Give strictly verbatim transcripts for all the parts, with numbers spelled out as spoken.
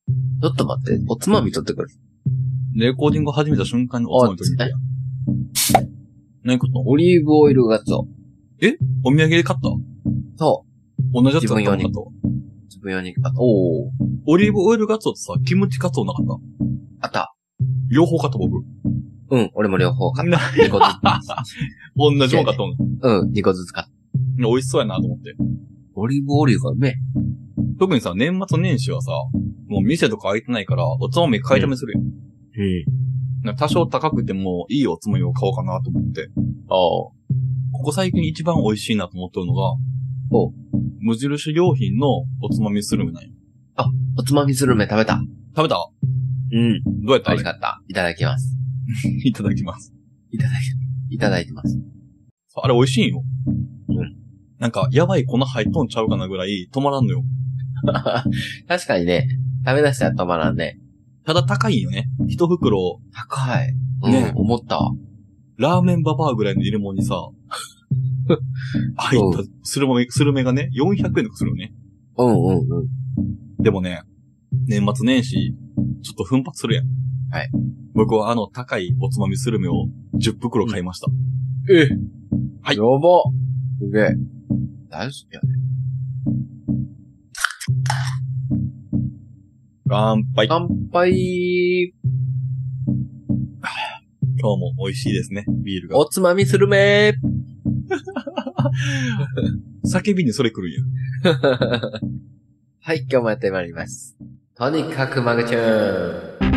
ちょっと待って、おつまみ取ってくる。 レコーディング始めた瞬間におつまみ取ってくるやん。何こと？ オリーブオイルガツオ。 え？お土産で買った？ そ同じやつ買ったのかと。 自分用に買った。おー。 オリーブオイルガツオとさ、キムチカツオなかった？ あった。 両方買った僕。 うん、俺も両方買った。にこずつ。 同じもん買ったの。 うん、にこずつ買った。 美味しそうやなと思って。 オリーブオイルがうめえ。 特にさ、年末年始はさ、もう店とか開いてないから、おつまみ買いだめするよ。うん。多少高くてもいいおつまみを買おうかなと思って。ああ。ここ最近一番美味しいなと思ってるのが、 お無印良品のおつまみスルメなんよ。 あ、おつまみスルメ食べた。 食べた？ うん。 どうやった？ 美味しかった。いただきます。 いただきます。 いただき、いただいてます。 あれ美味しいんよ。 うん。 なんか、やばい粉入っとんちゃうかなぐらい止まらんのよ。 確かにね、食べ出したら止まらんね。 ただ高いよね。一袋。 高い。 ね、 うん、思った。 ラーメンババアぐらいの入れ物にさ、入ったスルメ、スルメがね、よんひゃくえんとかするよね。 うんうんうん。 でもね、年末年始、ちょっと奮発するやん。 はい。 僕はあの高いおつまみスルメをじゅっぷくろ買いました。 うん、えはい。 やば。すげえ。大好きやね。 乾杯。 乾杯。 今日も美味しいですね、ビールが。 おつまみスルメ叫びにそれ来るんや。 はい、今日もやってまいります。とにかくマグチューン。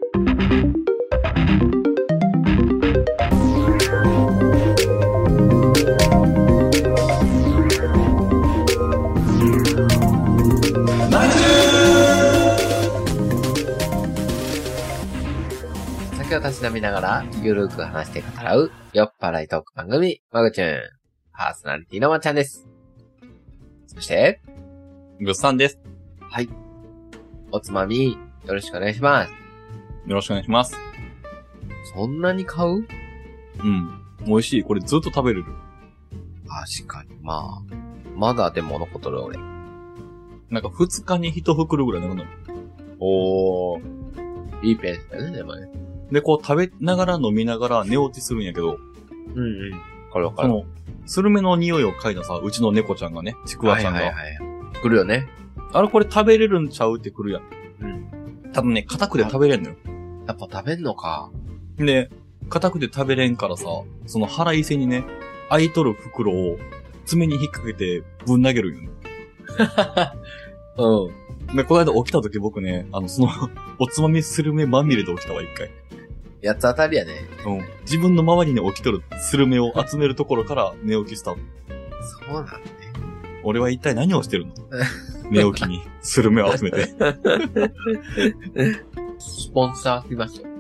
酒をたしなみながら、ゆるく話して語らう、酔っ払いトーク番組、マグチューン。パーソナリティのまっちゃんです。そして、 ぐっさんです。 はい。おつまみ、よろしくお願いします。 よろしくお願いします。 そんなに買う？ うん。美味しい。これずっと食べれる。 確かに。まあ、まだでも残っとる俺。 なんか二日に一袋ぐらいなるの。 おー。いいペースだね、でもね。 で、こう食べながら飲みながら寝落ちするんやけど。 うんうん。これわかる。 その、スルメの匂いを嗅いださ、うちの猫ちゃんがね、ちくわちゃんが。はいはいはい。 来るよね。 あれこれ食べれるんちゃうって来るやん。 うん。 ただね、硬くて食べれんのよ。 やっぱ食べんのか。 で、硬くて食べれんからさ、その腹いせにね、開いとる袋を爪に引っ掛けてぶん投げるんよね。うん。で、この間起きた時僕ね、あの、その、おつまみスルメまみれで起きたわ、一回。 やつ当たりやね。 うん。自分の周りに起きとるスルメを集めるところから寝起きした。 そうなんだね。俺は一体何をしてるの寝起きにスルメを集めて。 スポンサー来ましたよ。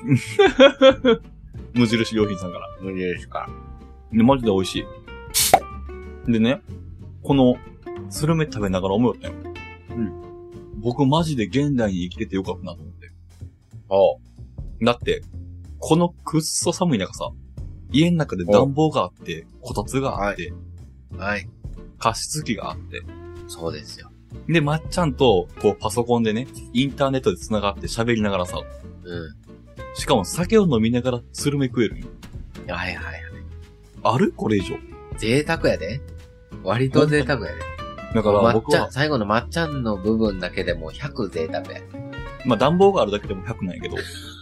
無印良品さんから。 無印か。 で、マジで美味しい。でね、このスルメ食べながら思ったよ。うん。僕マジで現代に生きててよかったなと思って。ああ。だって、このくっそ寒い中さ、家の中で暖房があって、こたつがあって、 はい。はい。 加湿器があって。 そうですよ。 で、まっちゃんと、こうパソコンでね、インターネットで繋がって喋りながらさ、 うん。 しかも酒を飲みながらスルメ食えるんよ。 はいはいはい。 ある？これ以上。 贅沢やで。割と贅沢やで。 だから僕は、 最後のまっちゃんの部分だけでもひゃく贅沢や。 まあ暖房があるだけでもひゃくなんやけど。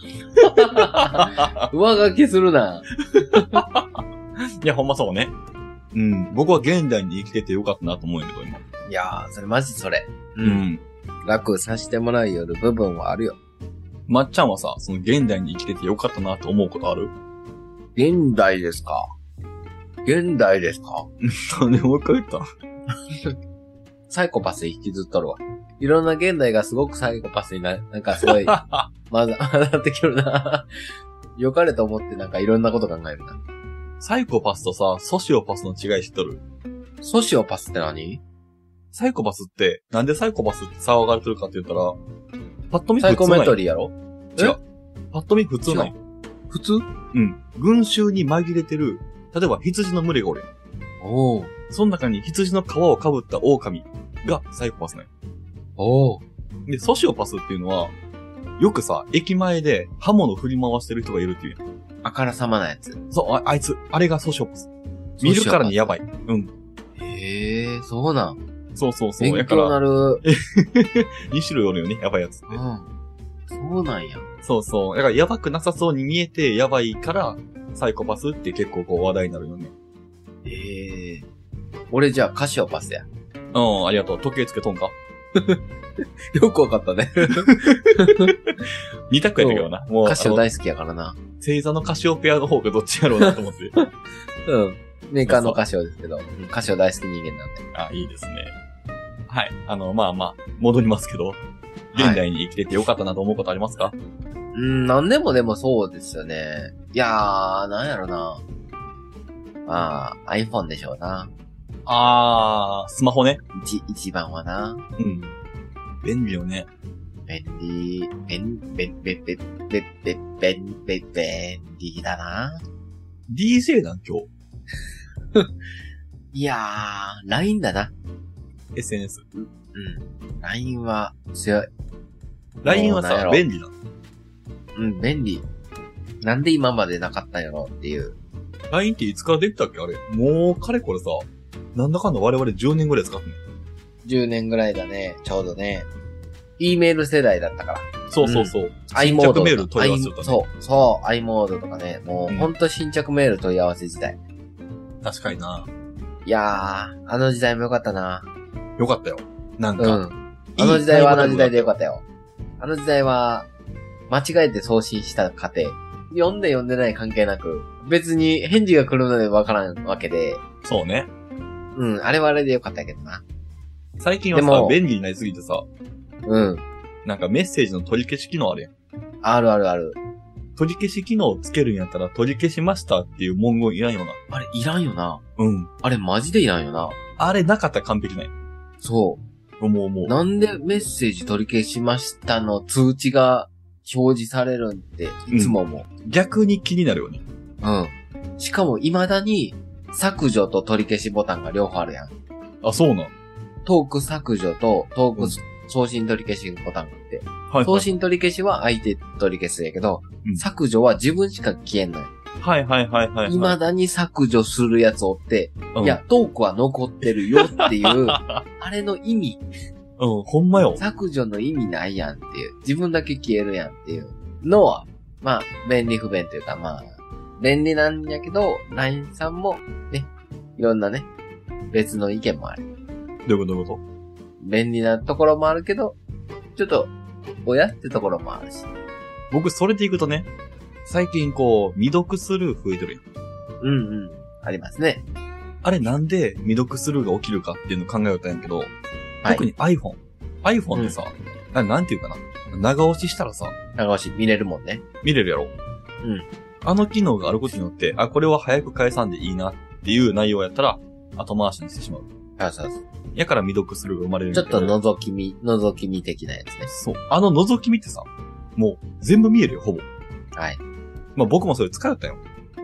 上書きするな。 いや、ほんまそうね。うん。僕は現代に生きててよかったなと思うんやけど、今。 いやー、それマジそれ。 うん。うん、 楽させてもらうよる部分はあるよ。 まっちゃんはさ、その現代に生きててよかったなと思うことある？ 現代ですか？現代ですか？ なんでもう一回言ったサイコパス引きずっとるわ。いろんな現代がすごくサイコパスにな、なんかすごい、まだ、なってきるな。良かれと思ってなんかいろんなこと考えるな。 サイコパスとさ、ソシオパスの違い知っとる？ ソシオパスって何？ サイコパスって、なんでサイコパスって騒がれてるかって言ったら、パッと見普通ない。サイコメントリーやろ？違う。パッと見普通ない。 普通？ うん。群衆に紛れてる、例えば羊の群れがおる。 おー。 その中に羊の皮をかぶった狼がサイコパスね。 おー。 で、ソシオパスっていうのは、よくさ、駅前で刃物振り回してる人がいるっていうやん。 あからさまなやつ。 そう、あ、あいつ、あれがソシオパス。見るからにやばい。うん。 へえ、そうなん。 そうそうそう。 勉強になる。 に種類おるよね、やばいやつって。 うん。そうなんや。 そうそう。だからやばくなさそうに見えてやばいから、サイコパスって結構こう話題になるよね。 へえ。俺じゃあカシオパスや。 うん、ありがとう。時計つけとんかよくわかったね。 二択やったけどな。もう。 カシオ大好きやからな。 星座のカシオペアの方がどっちやろうなと思って。 うん。メーカーのカシオですけど、カシオ大好き人間なんで。 あ、いいですね。はい。あの、まあまあ、戻りますけど、現代に生きててよかったなと思うことありますか？はい、 うん、なんでもでもそうですよね。いやー、なんやろな。まあ、iPhone でしょうな。 あー、スマホね。 一、一番はな。 うん。便利よね。 便利、便、便、便、便、便、便、便、便、便利だな。 ディージェー なん今日。 いやー、ライン だな。 エスエヌエス。 うん。ライン は強い。 ライン はさ、便利なの。 うん、便利。なんで今までなかったんやろっていう。 ライン っていつからできたっけあれ。もう、かれこれさ、なんだかんだ我々じゅうねんぐらい使ってんの。 じゅうねんぐらいだね、ちょうどね。E メール世代だったから。 そうそうそう。うん、 新着メール問い合わせとかね。 そう、そう、i モードとかね。もう、うん、ほんと新着メール問い合わせ時代。 確かにな。 いやー、あの時代もよかったな。 よかったよ。なんか。 うん。あの時代はあの時代でよかったよ。あの時代は、間違えて送信した過程。読んで読んでない関係なく、別に返事が来るのでわからんわけで。 そうね。 うん、あれはあれでよかったけどな。 最近はさ、便利になりすぎてさ。 うん。 なんかメッセージの取り消し機能あるやん。 あるあるある。 取り消し機能をつけるんやったら取り消しましたっていう文言いらんよな。 あれいらんよな。 うん。 あれマジでいらんよな。 あれなかったら完璧ない。 そう。 もうもう。 なんでメッセージ取り消しましたの通知が表示されるんっていつももう、 うん。逆に気になるよね。 うん。しかも未だに削除と取り消しボタンが両方あるやん。 あ、そうなん。 トーク削除とトーク送信取り消しボタンがあって。はいはい、送信取り消しは相手取り消すんやけど、うん、削除は自分しか消えんのよ。 はいはいはいはい、はい。 未だに削除するやつおって、うん、いや、トークは残ってるよっていう、あれの意味。 うん、ほんまよ。 削除の意味ないやんっていう。自分だけ消えるやんっていうのは、まあ、便利不便というか、まあ、便利なんやけど、ライン さんも、ね、いろんなね、別の意見もある。 どういうことどういうこと便利なところもあるけど、ちょっと、親ってところもあるし。 僕、それでいくとね、最近こう、未読スルー増えてるやん。 うんうん。ありますね。 あれなんで未読スルーが起きるかっていうのを考えようとんやけど、はい、特に iPhone。iPhone ってさ、うん、な、なんていうかな。長押ししたらさ、 長押し見れるもんね。 見れるやろ。 うん。 あの機能があることによって、あ、これは早く返さんでいいなっていう内容やったら、後回しにしてしまう。 あ、そうそう。 やから未読スルーが生まれるんだけど。ちょっと覗き見、覗き見的なやつね。 そう。あの覗き見ってさ、もう全部見えるよ、ほぼ。 はい。 まあ僕もそれ使ったよ。 うん。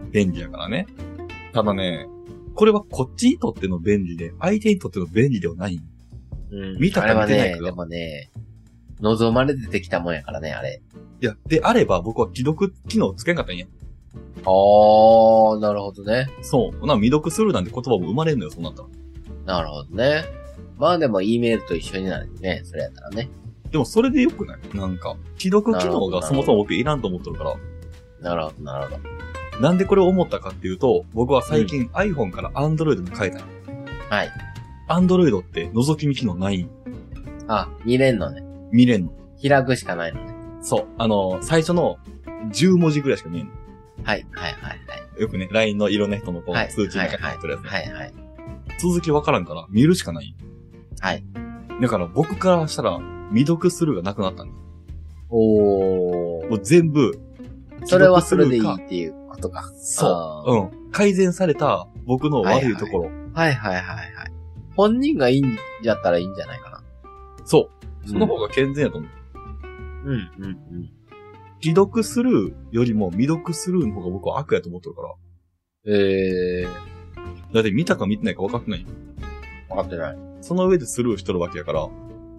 便利やからね。ただね、これはこっちにとっての便利で、相手にとっての便利ではない。 うん。 見たか見てないか。 あれはね、でもね、望まれてできたもんやからね、あれ。 いや、であれば僕は既読機能つけんかったんや。 あー、なるほどね。 そう。な、未読スルーなんて言葉も生まれるのよ、そうなったら。 なるほどね。まあでも E メールと一緒になるね。それやったらね。 でもそれでよくないなんか、既読機能がそもそも僕いらんと思ってるから。 なるほど、なるほど。なんでこれを思ったかっていうと、僕は最近 iPhone から Android に変えたの。 はい。 Android って覗き見機能ないん。 あ、見れんのね。 見れんの。 開くしかないのね。 そう。あの、最初のじゅう文字ぐらいしか見えんの。 はい、はい、はい、はい。 よくね、ライン のいろんな人のこう、通知に書いてるやつね。 はい、はい。 続きわからんから見るしかない。 はい。 だから僕からしたら未読スルーがなくなったんです。 おー。 もう全部。 それはそれでいいっていうことか。 そう。うん。改善された僕の悪いところ。 はいはいはいはい、はい。本人がいいんやったらいいんじゃないかな。 そう。その方が健全やと思う。 うん、うん、うん。 既読スルーよりも未読スルーの方が僕は悪やと思ってるから。 えー。 だって見たか見てないか分かってない。 分かってない。 その上でスルーしとるわけやから、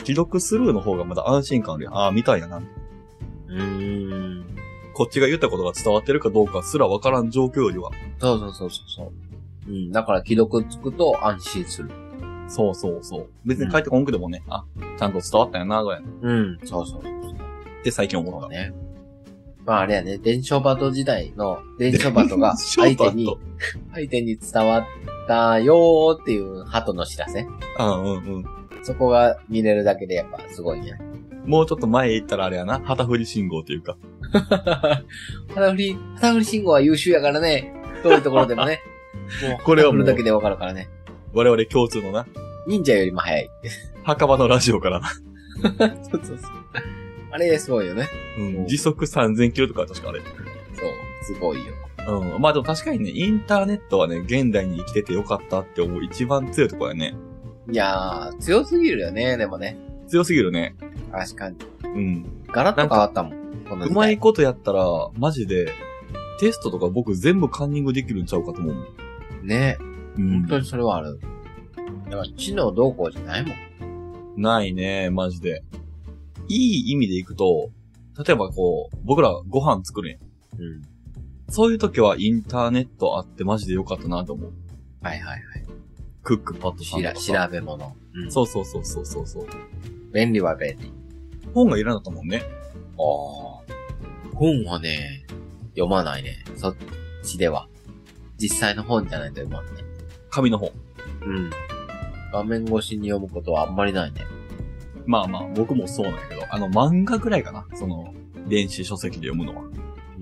既読スルーの方がまだ安心感あるやん。ああ、みたいやな。 うーん。 こっちが言ったことが伝わってるかどうかすらわからん状況よりは。 そうそうそうそうそう。うん。だから既読つくと安心する。 そうそうそう。別に帰ってこんくでもね、うん、あ、ちゃんと伝わったよな、ぐらい。 うん。そうそうそうそう。 って最近思った。 ね。まああれやね、伝書バト時代の伝書バトが相手に、相手に伝わったよーっていう鳩の知らせ。 うんうんうん。 そこが見れるだけでやっぱすごいね。 もうちょっと前行ったらあれやな、旗振り信号というか。 旗振り、旗振り信号は優秀やからね。遠いところでもね。もう、これを振るだけでわかるからね。 我々共通のな。 忍者よりも早い。 墓場のラジオからな。 そうそうそう。あれすごいよね。 うん。時速さんぜんキロとか確かあれ。そう、 すごいよ。 うん。まあでも確かにね、インターネットはね、現代に生きててよかったって思う一番強いところやね。 いやー、強すぎるよね、でもね。 強すぎるね。 確かに。 うん。 ガラッと変わったもん。 このうまいことやったら、マジで、テストとか僕全部カンニングできるんちゃうかと思う。 ね。 うん。 本当にそれはある。だから知能どうこうじゃないもん。ないね、マジで。いい意味でいくと、例えばこう、僕らご飯作るやん。うん。そういう時はインターネットあってマジでよかったなと思う。 はいはいはい。 クックパッドさんとか。 調べ物。 うん。そうそうそうそうそうそう。 便利は便利。 本がいらなかったもんね。 ああ。本はね、読まないね。そっちでは。実際の本じゃないと読まないね。 紙の本。 うん。画面越しに読むことはあんまりないね。 まあまあ、僕もそうなんやけど、あの漫画ぐらいかな。その、電子書籍で読むのは。 うん。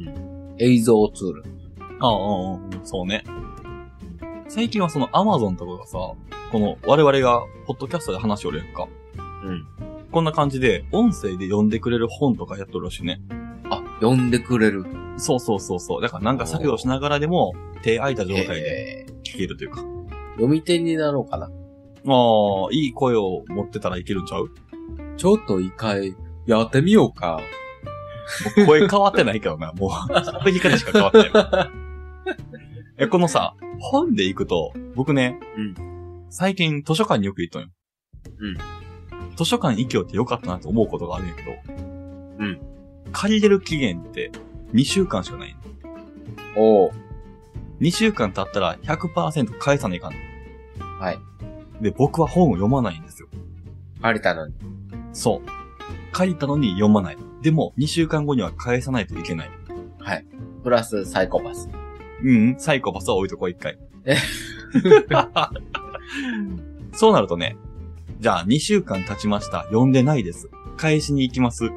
映像ツール。 ああ、ああ、そうね。最近はその Amazon とかがさ、この我々がポッドキャストで話をやるやんか。うん。こんな感じで、音声で読んでくれる本とかやっとるらしいね。 あ、読んでくれる。 そうそうそうそう。だからなんか作業しながらでも、手空いた状態で聞けるというか。 読み手になろうかな。 ああ、いい声を持ってたらいけるんちゃう？ ちょっと一回、やってみようか。 もう声変わってないけどな。もう、喋り方しか変わってない。え、このさ、本で行くと、僕ね、うん、最近図書館によく行っとんよ。うん。図書館行きよってよかったなと思うことがあるんやけど、うん。借りれる期限ってにしゅうかんしかないの。おー。にしゅうかん経ったら ひゃくパーセント 返さないかんの。はい。で、僕は本を読まないんですよ。借りたのに。そう。借りたのに読まない。でも、にしゅうかんごには返さないといけない。はい。プラスサイコパス。うん、サイコパスは置いとこう一回。えそうなるとね、じゃあにしゅうかん経ちました。読んでないです。返しに行きます。うん。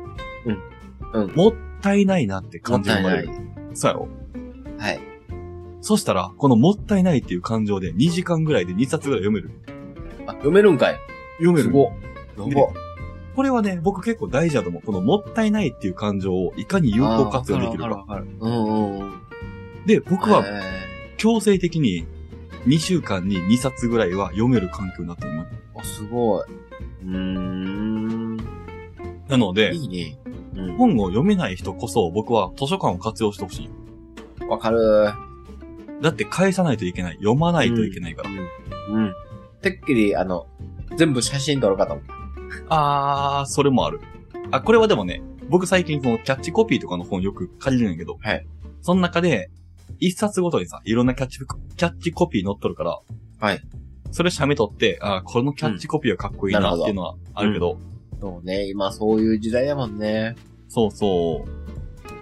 うん。もったいないなって感じが生まれる。そうやろ？はい。そしたら、このもったいないっていう感情でにじかんぐらいでにさつぐらい読める。あ、読めるんかい？読める。すごっ。すごっ。これはね、僕結構大事だと思う。このもったいないっていう感情をいかに有効活用できるか。わかるわかる。うんうん。で、僕は強制的ににしゅうかんににさつぐらいは読める環境になっています。あ、すごい。うーん。なので、いいね。うん、本を読めない人こそ僕は図書館を活用してほしい。わかる。だって返さないといけない。読まないといけないから。うん。うんうん、てっきり、あの、全部写真撮るかと思った。あー、それもある。あ、これはでもね、僕最近そのキャッチコピーとかの本よく借りるんやけど、はい。その中で、一冊ごとにさ、いろんなキャッチ、キャッチコピー載っとるから、はい。それ写メ撮って、あ、このキャッチコピーはかっこいいなっていうのはあるけど、うん、そうね、今そういう時代やもんね。そうそう。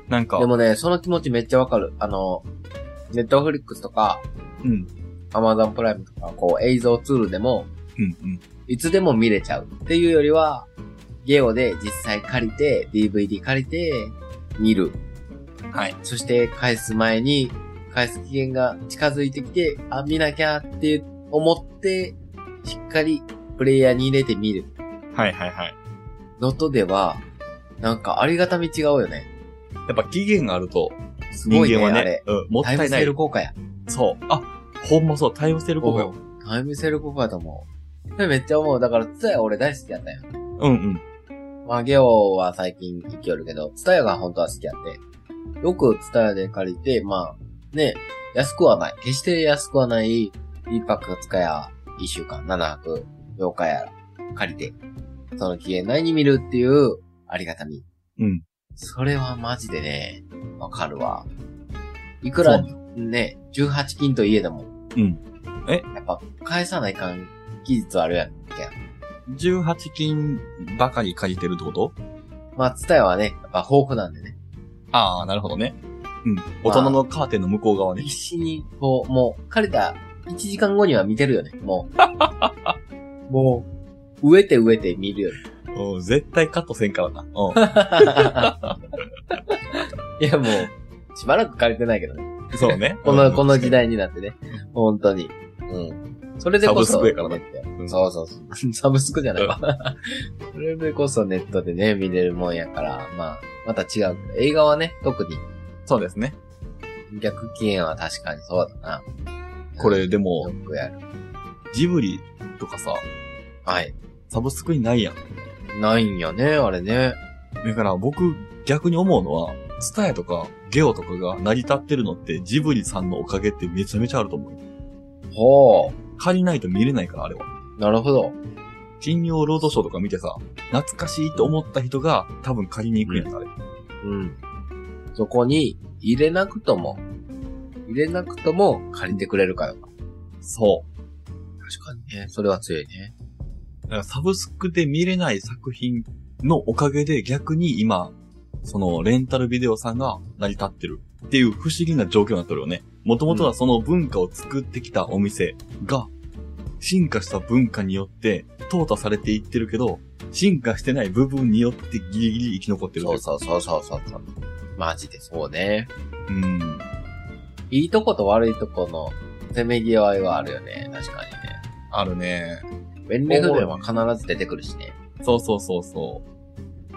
なんか。でもね、その気持ちめっちゃわかる。あの、ネットフリックスとか、うん。アマゾンプライムとか、こう映像ツールでも、うんうん。いつでも見れちゃうっていうよりは、ゲオで実際借りて、ディーブイディー 借りて、見る。はい。そして返す前に、返す期限が近づいてきて、あ、見なきゃって思って、しっかりプレイヤーに入れて見る。はいはいはい。のとでは、なんかありがたみ違うよね。やっぱ期限があると、すごいね、人間はね、あれ。うん、もったいない。タイムセール効果や。そう。あ、ほんまそう、タイムセール効果よ。タイムセール効果だと思う。それめっちゃ思う。だから、ツタヤ俺大好きやったよ。うんうん。まあ、ゲオは最近行きよるけど、ツタヤが本当は好きやって。よくツタヤで借りて、まあ、ね、安くはない。決して安くはない、いっぱくふつかや、いっしゅうかん、ななはく、ようかやら、借りて、 その期限内に見るっていうありがたみ。 うん。 それはマジでね、わかるわ。いくらね、じゅうはち金といえども。 うん。えやっぱ返さないかん技術あるやんけ。 じゅうはち金ばかり借りてるってこと？ まあ、ツタヤはね、やっぱ豊富なんでね。 ああ、なるほどね。うん。大人のカーテンの向こう側ね。 必死に、こう、もう、借りたいちじかんごには見てるよね、もう。もう、植えて植えて見るよね。 うん、絶対カットせんからな。うん。 いや、もう、しばらく借りてないけどね。 そうね。 この、この時代になってね。本当に。うん。それでこそ。 サブスクやからね。 うん、そうそうそう。サブスクじゃないわ。それでこそネットでね、見れるもんやから、まあ、また違うけど。映画はね、特に。 そうですね。 逆期限は確かにそうだな。 これでも、 よくやる。 ジブリとかさ、 はい。 サブスクにないやん。 ないんやね、あれね。 だから僕、逆に思うのは、ツタヤとかゲオとかが成り立ってるのってジブリさんのおかげってめちゃめちゃあると思う。 ほう。 借りないと見れないから、あれは。 なるほど。 金曜ロードショーとか見てさ、懐かしいと思った人が多分借りに行くんやつ、あれ。 うん。そこに入れなくとも、入れなくとも借りてくれるからか。 そう。 確かにね。それは強いね。 だからサブスクで見れない作品のおかげで逆に今、そのレンタルビデオさんが成り立ってるっていう不思議な状況になってるよね。もともとはその文化を作ってきたお店が、進化した文化によって淘汰されていってるけど、進化してない部分によってギリギリ生き残ってる。 そうそうそうそうそうそう。マジでそうね。 うん。 いいとこと悪いとこのせめぎ合いはあるよね。確かにね。 あるね。 便利不便は必ず出てくるしね。 そうそうそうそう。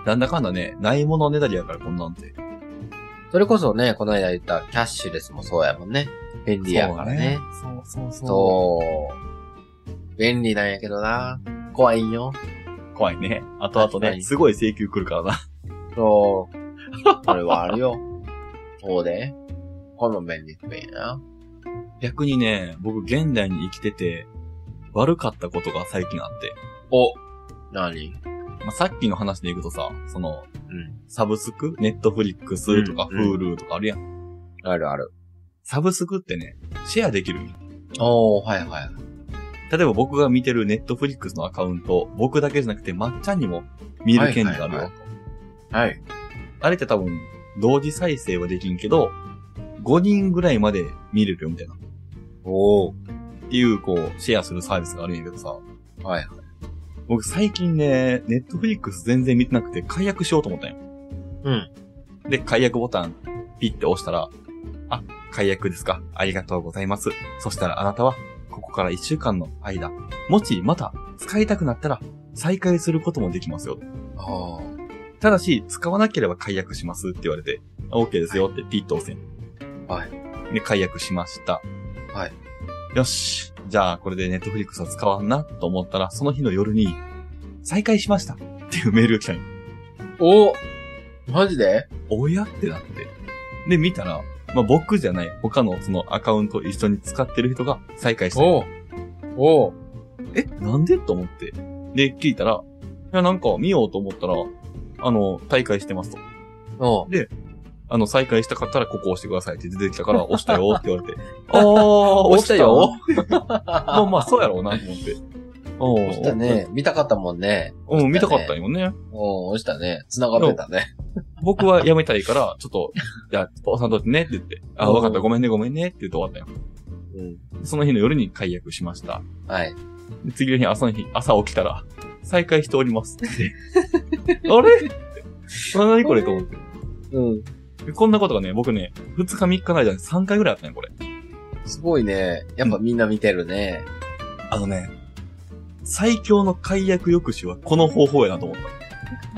なんだかんだね、ないものねだりやからこんなんて。 それこそね、この間言ったキャッシュレスもそうやもんね。便利やからね。 そうそうそう。 そう。便利なんやけどな。怖いんよ。 怖いね。あとあとね、すごい請求来るからな。 そう。それはあるよ。そうで。この便利不便やな。 逆にね、僕現代に生きてて、悪かったことが最近あって。 お、何？ まあ、さっきの話でいくとさ、その、 うん、 サブスクネットフリックスとか、フールとかあるやん、うんうん。あるある。 サブスクってね、シェアできる。 おー、はいはい。 例えば僕が見てるネットフリックスのアカウント、僕だけじゃなくてまっちゃんにも見る権利があるよ。はい、 はいはい。 あれって多分、同時再生はできんけど、ごにんぐらいまで見れるよみたいな。 おー。 っていう、こう、シェアするサービスがあるんやけどさ。 はいはい。 僕最近ね、ネットフリックス全然見てなくて解約しようと思ったんよ。 うん。 で、解約ボタンピッて押したら、あ、解約ですか。ありがとうございます。そしたらあなたは、ここからいっしゅうかんの間、もしまた使いたくなったら、再開することもできますよ。 あただし、使わなければ解約しますって言われて、OK ですよってピッと押せん。 はい。 で、解約しました。 はい。 よし。じゃあ、これでネットフリックスは使わんなと思ったら、その日の夜に、再開しましたっていうメールが来たんよ。 おマジで？ おやってなって。で、見たら、まあ、僕じゃない、他のそのアカウント一緒に使ってる人が再開した。 おおえ、なんでと思って。で、聞いたら、いや、なんか見ようと思ったら、あの、退会してますと。 おで、あの、再開したかったらここ押してくださいって出てきたから、押したよって言われて。あー、押したよまあまあ、そうやろうなと思って。 押したね。見たかったもんね。 うん、見たかったよね。 うん、押したね。繋がってたね。 僕はやめたいから、ちょっと、いや、押さんとってねって言って、あ、わかった、ごめんね、ごめんねって言って終わったよ。うん。その日の夜に解約しました。 はい。 で次の日、朝の日、朝起きたら、再開しておりますって。あれ何これと思って。 うん。 こんなことがね、僕ね、ふつかみっかの間にさんかいぐらいあったね、これ。 すごいね。やっぱみんな見てるね。 うん、あのね、最強の解約抑止はこの方法やなと思った。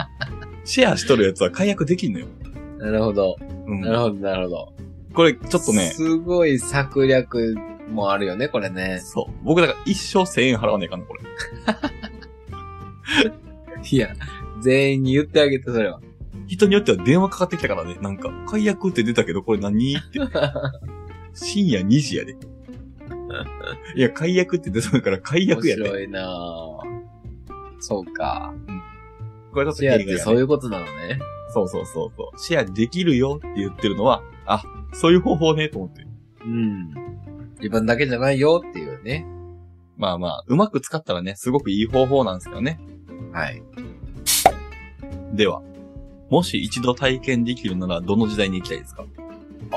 シェアしとるやつは解約できんのよ。 なるほど。 うん、 なるほど、なるほど。 これ、ちょっとね。 すごい策略もあるよね、これね。 そう。僕だから一生せんえん払わねえかんの、これ。 いや、全員に言ってあげて、それは。 人によっては電話かかってきたからね、なんか、解約って出たけど、これ何って。深夜にじやで。いや、解約って出たから解約やで。 面白いなぁ。そうか。 うん。 これちょっとシェアっ弊害がねてそういうことなのね。 そうそうそうそう。シェアできるよって言ってるのは、あ、そういう方法ね、と思って。 うん。自分だけじゃないよっていうね。 まあまあ、うまく使ったらね、すごくいい方法なんですけどね。 はい。 では、もし一度体験できるなら、どの時代に行きたいですか？ あ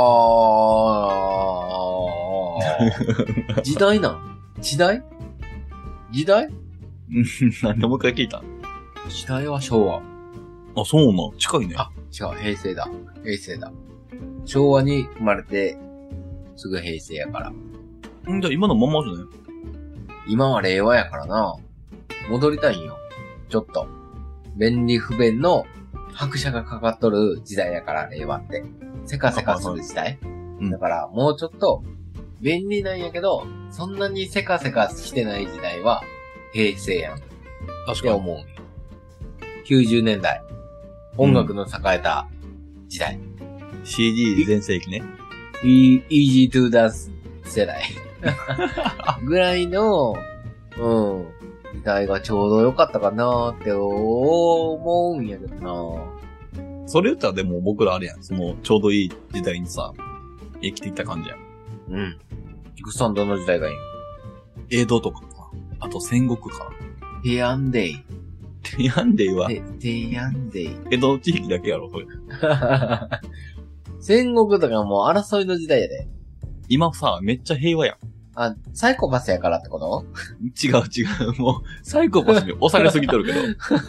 ー。時代なん時代時代なんでもう一回聞いた？ 時代は昭和。 あ、そうなん。近いね。 あ、違う、平成だ。平成だ。昭和に生まれて、すぐ平成やから。 んじゃあ今のままじゃない？ 今は令和やからな。戻りたいんよ。ちょっと。便利不便の拍車がかかっとる時代やから、令和って。せかせかする時代、 うん、 だから、もうちょっと、便利なんやけど、そんなにせかせかしてない時代は、平成やん。って確かに。 思う。きゅうじゅうねんだい。音楽の栄えた時代。 シーディー 全盛期ね。 E- Easy to Dance 世代。ぐらいの、うん、時代がちょうど良かったかなって思うんやけどな。 それ言ったらでも僕らあれやん。その、ちょうどいい時代にさ、生きていった感じやん。 うん。菊池さんどの時代がいい？ 江戸とかか。あと戦国か。 ティアンデイ。 ティアンデイは、 ティアンデイ。 江戸地域だけやろ、それ。 戦国とかもう争いの時代やで。 今さ、めっちゃ平和やん。 あ、サイコパスやからってこと？ 違う違う。もう、サイコパスに押されすぎとるけど。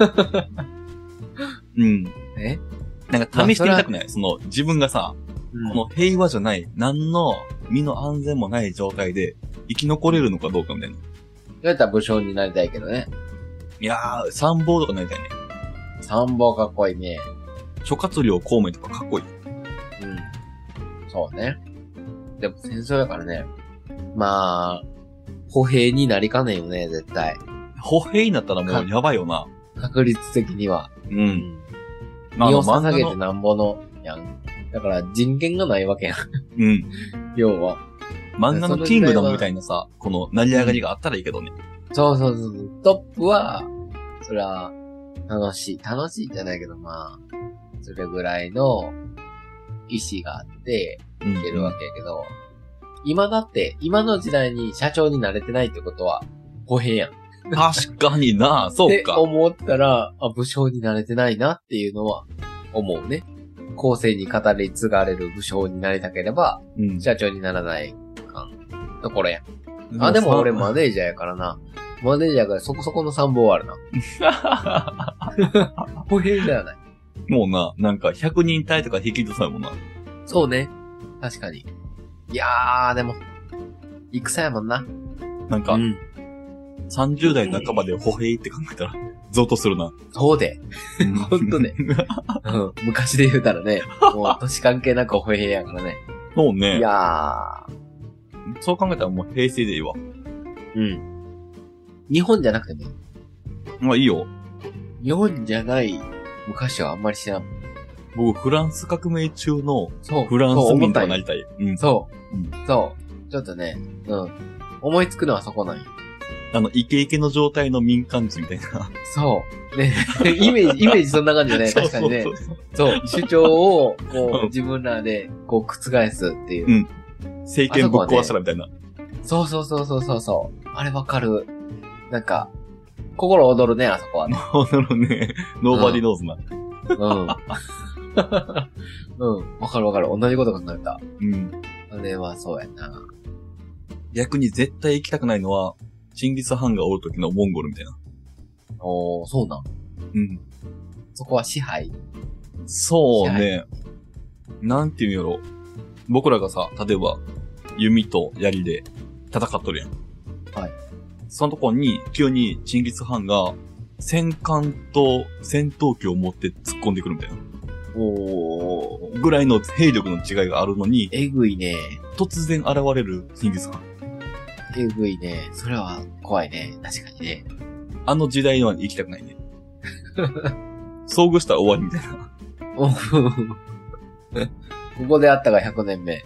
うん。 え？ なんか試してみたくない、まあ、その、自分がさ、 うん、 この平和じゃない、何の身の安全もない状態で生き残れるのかどうかみたいな。 やったら武将になりたいけどね。 いやー、参謀とかなりたいね。 参謀かっこいいね。 諸葛亮孔明とかかっこいい。 うん。そうね。でも戦争だからね。まあ、歩兵になりかねんよね、絶対。 歩兵になったらもうやばいよな。 確率的には。 うん。まあ、 身を捧げてなんぼのやん。だから人権がないわけやん。 うん。 要は。 漫画のキングダムみたいなさ、この成り上がりがあったらいいけどね。 そうそうそう。トップは、そりゃ、楽しい。楽しいじゃないけど、まあ、それぐらいの意志があって、いけるわけやけど、うん、今だって、今の時代に社長になれてないってことは、歩兵やん。 確かにな、そうか。 って思ったら、あ、武将になれてないなっていうのは、思うね。後世に語り継がれる武将になりたければ、うん、社長にならないかんところや。あ、でも俺マネージャーやからな。マネージャーがそこそこの参謀あるな。歩兵ではない。 もうな、なんかひゃくにん隊とか引き出さないもんな。 そうね。確かに。いやー、でも、戦やもんな。 なんか、うん、さんじゅう代半ばで歩兵って考えたら、ゾッとするな。 そうで。ほんとね、うん。昔で言うたらね、もう年関係なく歩兵やからね。 そうね。 いやー。 そう考えたらもう平成でいいわ。 うん。日本じゃなくてもいい。 まあいいよ。 日本じゃない昔はあんまり知らん。 僕、フランス革命中のそうフランス民とかなりたい。 うん、そう、うん。そう。ちょっとね、うん。思いつくのはそこなんよ。 あの、イケイケの状態の民間人みたいな。 そう。ね、イメージ、イメージそんな感じよね。確かにね。そうそうそうそう。主張を、こう、自分らで、こう、覆すっていう。 うん。政権ぶっ壊したらみたいな、ね。 そうそうそうそうそうそう。あれわかる。なんか、心躍るね、あそこはね。 踊るね。ノーバディノーズな。 うん。うん。わかるわかる。同じこと考えた。 うん。 あれはそうやな。 逆に絶対行きたくないのは、チンギス・ハンがおる時のモンゴルみたいな。 おー、そうなん。 うん。 そこは支配？ そうね。なんていうんやろ。僕らがさ、例えば、弓と槍で戦っとるやん。 はい。 そのとこに、急にチンギス・ハンが、戦艦と戦闘機を持って突っ込んでくるみたいな。 おー。 ぐらいの兵力の違いがあるのに、 えぐいね。 突然現れるチンギス・ハン。 えぐいね。それは怖いね。確かにね。 あの時代には行きたくないね。遭遇したら終わりみたいな。 ここであったがひゃくねんめ。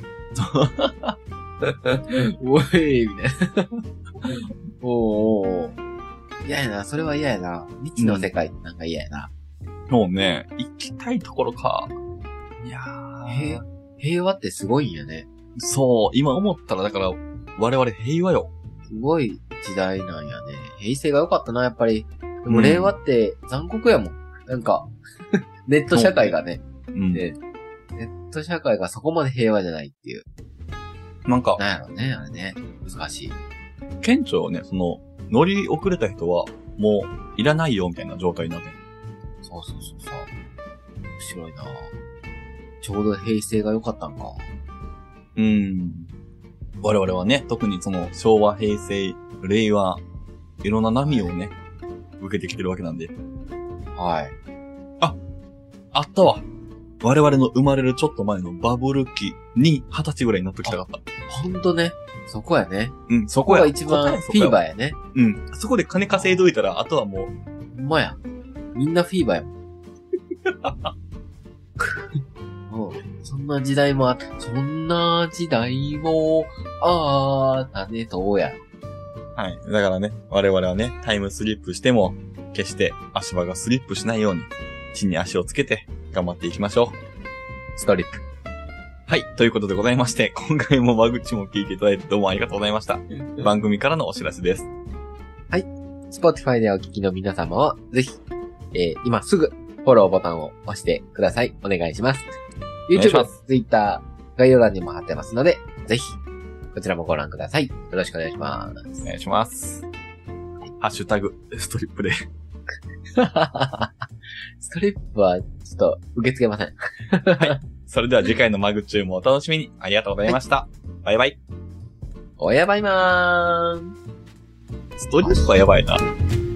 おい、みたいな。おーおー嫌やな、それは嫌やな。未知の世界ってなんか嫌やな。 もうね、行きたいところか。いやー。 平平和ってすごいんやね。 そう、今思ったらだから、我々平和よ。 すごい時代なんやね。平成が良かったな、やっぱり。でも令和って残酷やもん。なんか、ネット社会がね、 うん。 で、ネット社会がそこまで平和じゃないっていう。 なんか、 なんやろね、あれね。難しい。 県庁ね、その、乗り遅れた人は、もう、いらないよ、みたいな状態になってる。 そうそうそうそう。面白いな。ちょうど平成が良かったんか。 うーん。我々はね、特にその、昭和、平成、令和、いろんな波をね、受けてきてるわけなんで。 はい。 あ、あったわ。我々の生まれるちょっと前のバブル期に二十歳ぐらいになっときたかった。 ほんとね。そこやね。 うん、そそここや。 が一番フィーバーやね。 うん。そこで金稼いどいたら、あとはもう。 ほんまや。みんなフィーバーやもん。もう、そんな時代もあった。そんな時代も、あーったね、とうや。 はい。だからね、我々はね、タイムスリップしても、決して足場がスリップしないように、地に足をつけて、頑張っていきましょう。 ストリップ。 はい。ということでございまして、今回も間口も聞いていただいてどうもありがとうございました。番組からのお知らせです。 はい。Spotify でお聞きの皆様は、ぜひ、えー、今すぐ、フォローボタンを押してください。お願いします。 お願いしま YouTube、 す Twitter、概要欄にも貼ってますので、ぜひ、こちらもご覧ください。よろしくお願いします。 お願いします。ハッシュタグ、ストリップで。 ストリップは、ちょっと、受け付けません。 それでは次回のマグチューンもお楽しみに。ありがとうございました。はい、バイバイ。 おやばいまーん。 ストリップはやばいな。